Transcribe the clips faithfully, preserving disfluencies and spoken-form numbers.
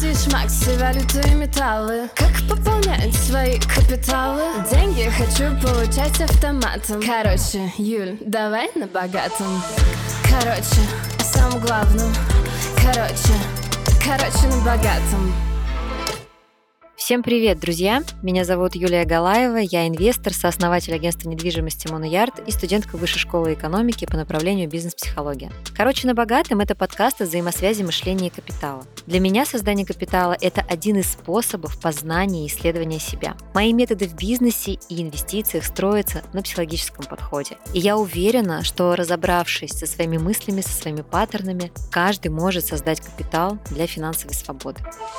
Акции, шмакси, валюты и металлы. Как пополнять свои капиталы? Деньги хочу получать автоматом. Короче, Юль, давай на богатом. Короче, о самом главном. Короче, короче, на богатом. Всем привет, друзья! Меня зовут Юлия Галаева, я инвестор, сооснователь агентства недвижимости Моноярд и студентка Высшей школы экономики по направлению бизнес-психология. Короче, на богатом – это подкаст о взаимосвязи мышления и капитала. Для меня создание капитала – это один из способов познания и исследования себя. Мои методы в бизнесе и инвестициях строятся на психологическом подходе. И я уверена, что, разобравшись со своими мыслями, со своими паттернами, каждый может создать капитал для финансовой свободы.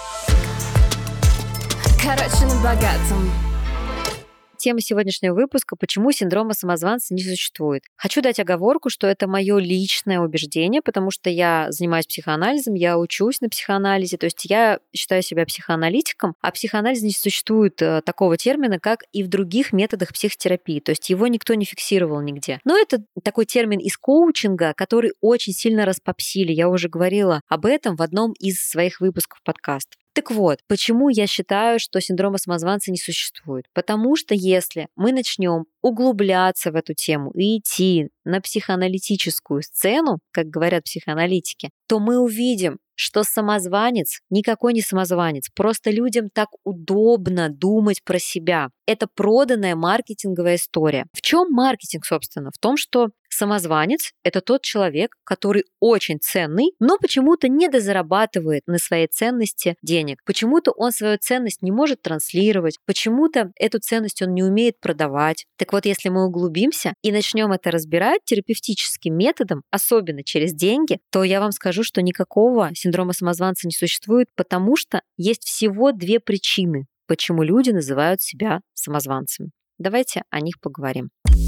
Короче, на богатом. Тема сегодняшнего выпуска – почему синдрома самозванца не существует. Хочу дать оговорку, что это мое личное убеждение, потому что я занимаюсь психоанализом, я учусь на психоанализе, то есть я считаю себя психоаналитиком, а психоанализ не существует такого термина, как и в других методах психотерапии, то есть его никто не фиксировал нигде. Но это такой термин из коучинга, который очень сильно распопсили. Я уже говорила об этом в одном из своих выпусков подкаста. Так вот, почему я считаю, что синдрома самозванца не существует? Потому что если мы начнем углубляться в эту тему и идти на психоаналитическую сцену, как говорят психоаналитики, то мы увидим, что самозванец никакой не самозванец. Просто людям так удобно думать про себя. Это проданная маркетинговая история. В чем маркетинг, собственно? В том, что самозванец – это тот человек, который очень ценный, но почему-то не дозарабатывает на своей ценности денег. Почему-то он свою ценность не может транслировать, почему-то эту ценность он не умеет продавать. Так вот, если мы углубимся и начнем это разбирать терапевтическим методом, особенно через деньги, то я вам скажу, что никакого синдрома самозванца не существует, потому что есть всего две причины, почему люди называют себя самозванцами. Давайте о них поговорим.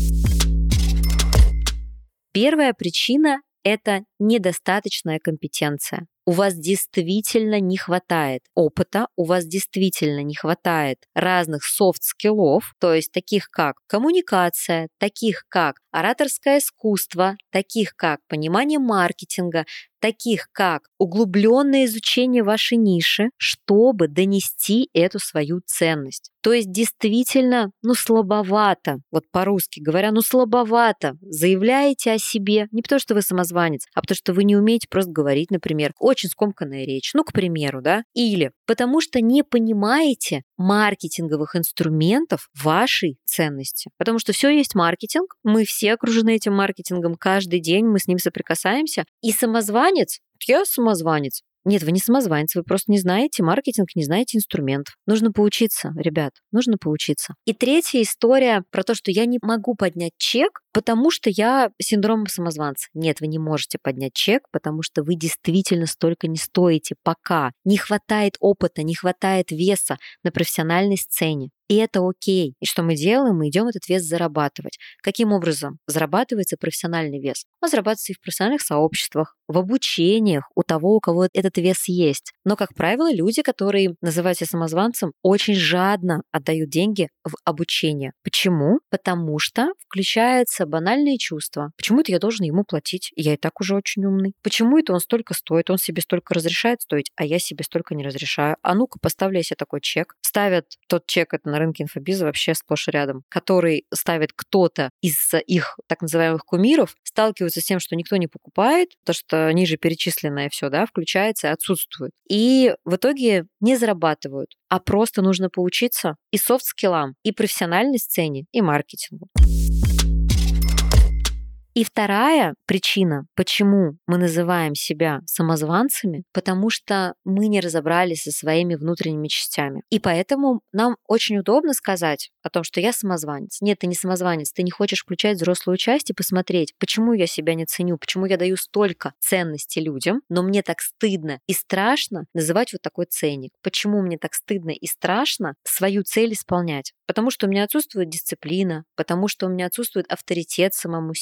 Первая причина – это недостаточная компетенция. У вас действительно не хватает опыта, у вас действительно не хватает разных софт-скиллов, то есть таких как коммуникация, таких как ораторское искусство, таких как понимание маркетинга, таких как углубленное изучение вашей ниши, чтобы донести эту свою ценность. То есть действительно, ну слабовато, вот по-русски говоря, ну слабовато заявляете о себе, не потому что вы самозванец, а потому что вы не умеете просто говорить, например, очень скомканная речь, ну, к примеру, да, или потому что не понимаете маркетинговых инструментов вашей ценности, потому что все есть маркетинг, мы все окружены этим маркетингом, каждый день мы с ним соприкасаемся, и самозванец, я самозванец. Нет, вы не самозванец, вы просто не знаете маркетинг, не знаете инструментов. Нужно поучиться, ребят, нужно поучиться. И третья история про то, что я не могу поднять чек, потому что я синдром самозванца. Нет, вы не можете поднять чек, потому что вы действительно столько не стоите, пока не хватает опыта, не хватает веса на профессиональной сцене. И это окей. И что мы делаем? Мы идем этот вес зарабатывать. Каким образом зарабатывается профессиональный вес? Он зарабатывается и в профессиональных сообществах, в обучениях у того, у кого этот вес есть. Но, как правило, люди, которые называют себя самозванцем, очень жадно отдают деньги в обучение. Почему? Потому что включаются банальные чувства. Почему это я должен ему платить? Я и так уже очень умный. Почему это он столько стоит? Он себе столько разрешает стоить, а я себе столько не разрешаю. А ну-ка, поставлю я себе такой чек. Ставят тот чек, это на рынке инфобиза вообще сплошь и рядом, который ставит кто-то из их так называемых кумиров, сталкиваются с тем, что никто не покупает, потому что ниже перечисленное все, да, включается и отсутствует. И в итоге не зарабатывают, а просто нужно поучиться и софт-скиллам, и профессиональной сцене, и маркетингу. И вторая причина, почему мы называем себя самозванцами, потому что мы не разобрались со своими внутренними частями. И поэтому нам очень удобно сказать о том, что я самозванец. Нет, ты не самозванец, ты не хочешь включать взрослую часть и посмотреть, почему я себя не ценю, почему я даю столько ценности людям, но мне так стыдно и страшно называть вот такой ценник. Почему мне так стыдно и страшно свою цель исполнять? Потому что у меня отсутствует дисциплина, потому что у меня отсутствует авторитет самому себе,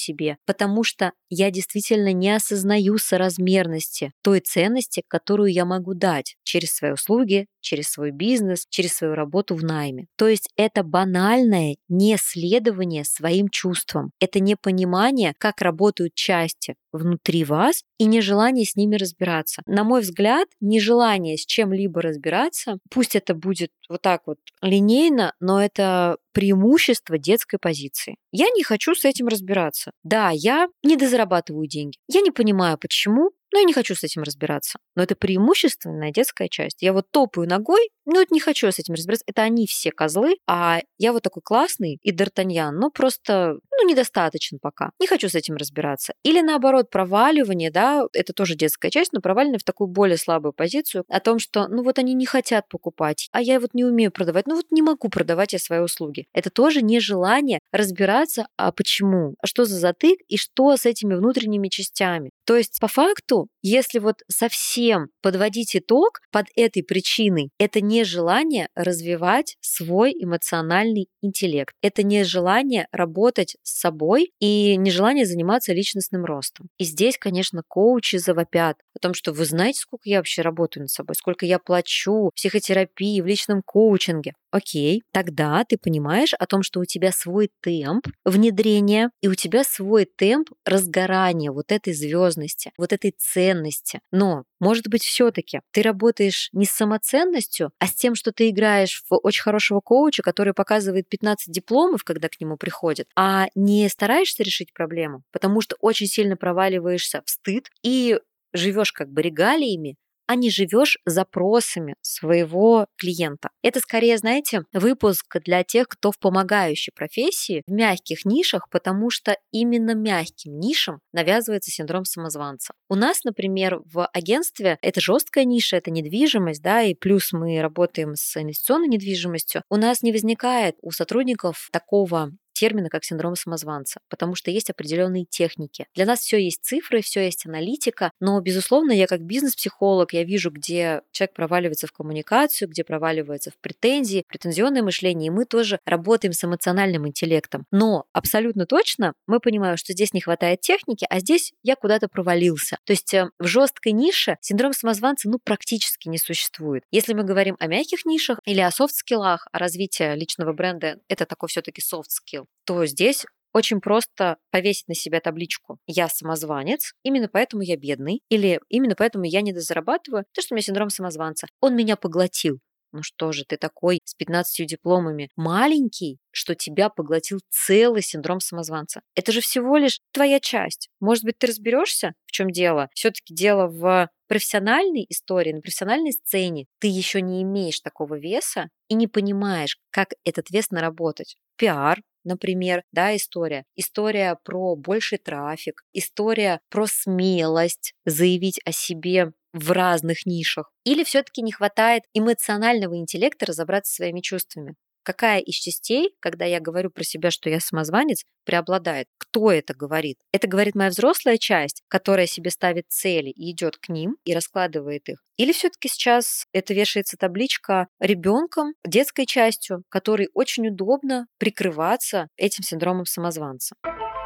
Потому что я действительно не осознаю соразмерности той ценности, которую я могу дать через свои услуги, через свой бизнес, через свою работу в найме. То есть это банальное неследование своим чувствам. Это непонимание, как работают части внутри вас и нежелание с ними разбираться. На мой взгляд, нежелание с чем-либо разбираться, пусть это будет вот так вот линейно, но это преимущество детской позиции. Я не хочу с этим разбираться. Да, я не дозарабатываю деньги. Я не понимаю, почему, но я не хочу с этим разбираться. Но это преимущественная детская часть. Я вот топаю ногой, но это не хочу с этим разбираться. Это они все козлы, а я вот такой классный и Д'Артаньян, но просто ну, недостаточен пока. Не хочу с этим разбираться. Или наоборот, проваливание, да, это тоже детская часть, но проваливание в такую более слабую позицию о том, что ну вот они не хотят покупать, а я вот не умею продавать, ну вот не могу продавать я свои услуги. Это тоже нежелание разбираться, а почему, а что за затык и что с этими внутренними частями. То есть по факту, если вот совсем подводить итог под этой причиной, это нежелание развивать свой эмоциональный интеллект. Это нежелание работать с собой и нежелание заниматься личностным ростом. И здесь, конечно, коучи завопят о том, что вы знаете, сколько я вообще работаю над собой, сколько я плачу в психотерапии, в личном коучинге. Окей, тогда ты понимаешь о том, что у тебя свой темп внедрения и у тебя свой темп разгорания вот этой звездности, вот этой ценности. Но, может быть, все-таки ты работаешь не с самоценностью, а с тем, что ты играешь в очень хорошего коуча, который показывает пятнадцать дипломов, когда к нему приходят, а не стараешься решить проблему, потому что очень сильно проваливаешься в стыд и живешь как бы регалиями, а не живешь запросами своего клиента. Это скорее, знаете, выпуск для тех, кто в помогающей профессии, в мягких нишах, потому что именно мягким нишам навязывается синдром самозванца. У нас, например, в агентстве это жесткая ниша, это недвижимость, да, и плюс мы работаем с инвестиционной недвижимостью. У нас не возникает у сотрудников такого термина, как синдром самозванца, потому что есть определенные техники. Для нас все есть цифры, все есть аналитика, но, безусловно, я как бизнес-психолог, я вижу, где человек проваливается в коммуникацию, где проваливается в претензии, претензионное мышление, и мы тоже работаем с эмоциональным интеллектом. Но абсолютно точно мы понимаем, что здесь не хватает техники, а здесь я куда-то провалился. То есть в жесткой нише синдром самозванца ну, практически не существует. Если мы говорим о мягких нишах или о софт-скиллах, о развитии личного бренда, это такой все-таки софт-скилл, то здесь очень просто повесить на себя табличку «Я самозванец, именно поэтому я бедный» или «Именно поэтому я недозарабатываю, то, что у меня синдром самозванца. Он меня поглотил». Ну что же, ты такой с пятнадцатью дипломами маленький, что тебя поглотил целый синдром самозванца. Это же всего лишь твоя часть. Может быть, ты разберешься, в чем дело? Все-таки дело в профессиональной истории, на профессиональной сцене. Ты еще не имеешь такого веса и не понимаешь, как этот вес наработать. Пиар, например, да, история. История про больший трафик, история про смелость заявить о себе в разных нишах. Или все-таки не хватает эмоционального интеллекта разобраться со своими чувствами? Какая из частей, когда я говорю про себя, что я самозванец, преобладает? Кто это говорит? Это говорит моя взрослая часть, которая себе ставит цели и идет к ним и раскладывает их. Или все-таки сейчас это вешается табличка ребенком, детской частью, которой очень удобно прикрываться этим синдромом самозванца.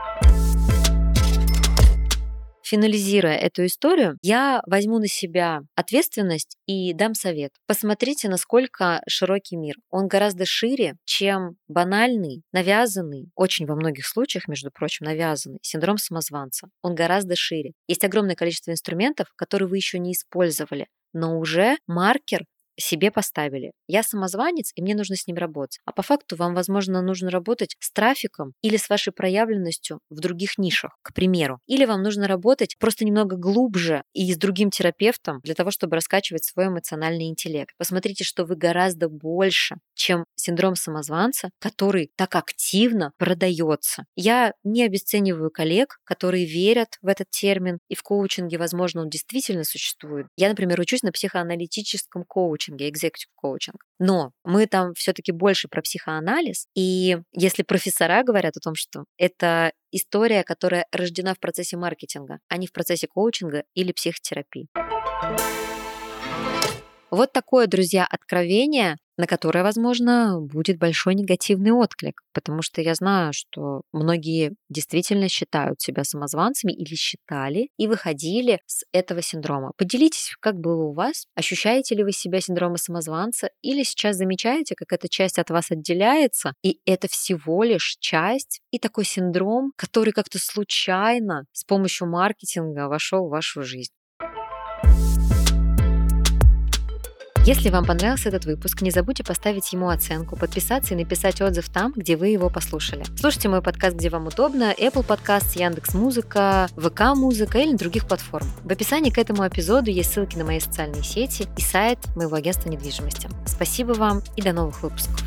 Финализируя эту историю, я возьму на себя ответственность и дам совет. Посмотрите, насколько широкий мир. Он гораздо шире, чем банальный, навязанный, очень во многих случаях, между прочим, навязанный синдром самозванца. Он гораздо шире. Есть огромное количество инструментов, которые вы еще не использовали, но уже маркер себе поставили. Я самозванец, и мне нужно с ним работать. А по факту вам, возможно, нужно работать с трафиком или с вашей проявленностью в других нишах, к примеру. Или вам нужно работать просто немного глубже и с другим терапевтом для того, чтобы раскачивать свой эмоциональный интеллект. Посмотрите, что вы гораздо больше, чем синдром самозванца, который так активно продается. Я не обесцениваю коллег, которые верят в этот термин, и в коучинге, возможно, он действительно существует. Я, например, учусь на психоаналитическом коучинге, executive коучинг. Но мы там все-таки больше про психоанализ. И если профессора говорят о том, что это история, которая рождена в процессе маркетинга, а не в процессе коучинга или психотерапии. Вот такое, друзья, откровение на которое, возможно, будет большой негативный отклик, потому что я знаю, что многие действительно считают себя самозванцами или считали и выходили с этого синдрома. Поделитесь, как было у вас, ощущаете ли вы себя синдромом самозванца или сейчас замечаете, как эта часть от вас отделяется, и это всего лишь часть и такой синдром, который как-то случайно с помощью маркетинга вошел в вашу жизнь. Если вам понравился этот выпуск, не забудьте поставить ему оценку, подписаться и написать отзыв там, где вы его послушали. Слушайте мой подкаст, где вам удобно: Apple Podcast, Яндекс.Музыка, ВК Музыка или других платформ. В описании к этому эпизоду есть ссылки на мои социальные сети и сайт моего агентства недвижимости. Спасибо вам и до новых выпусков.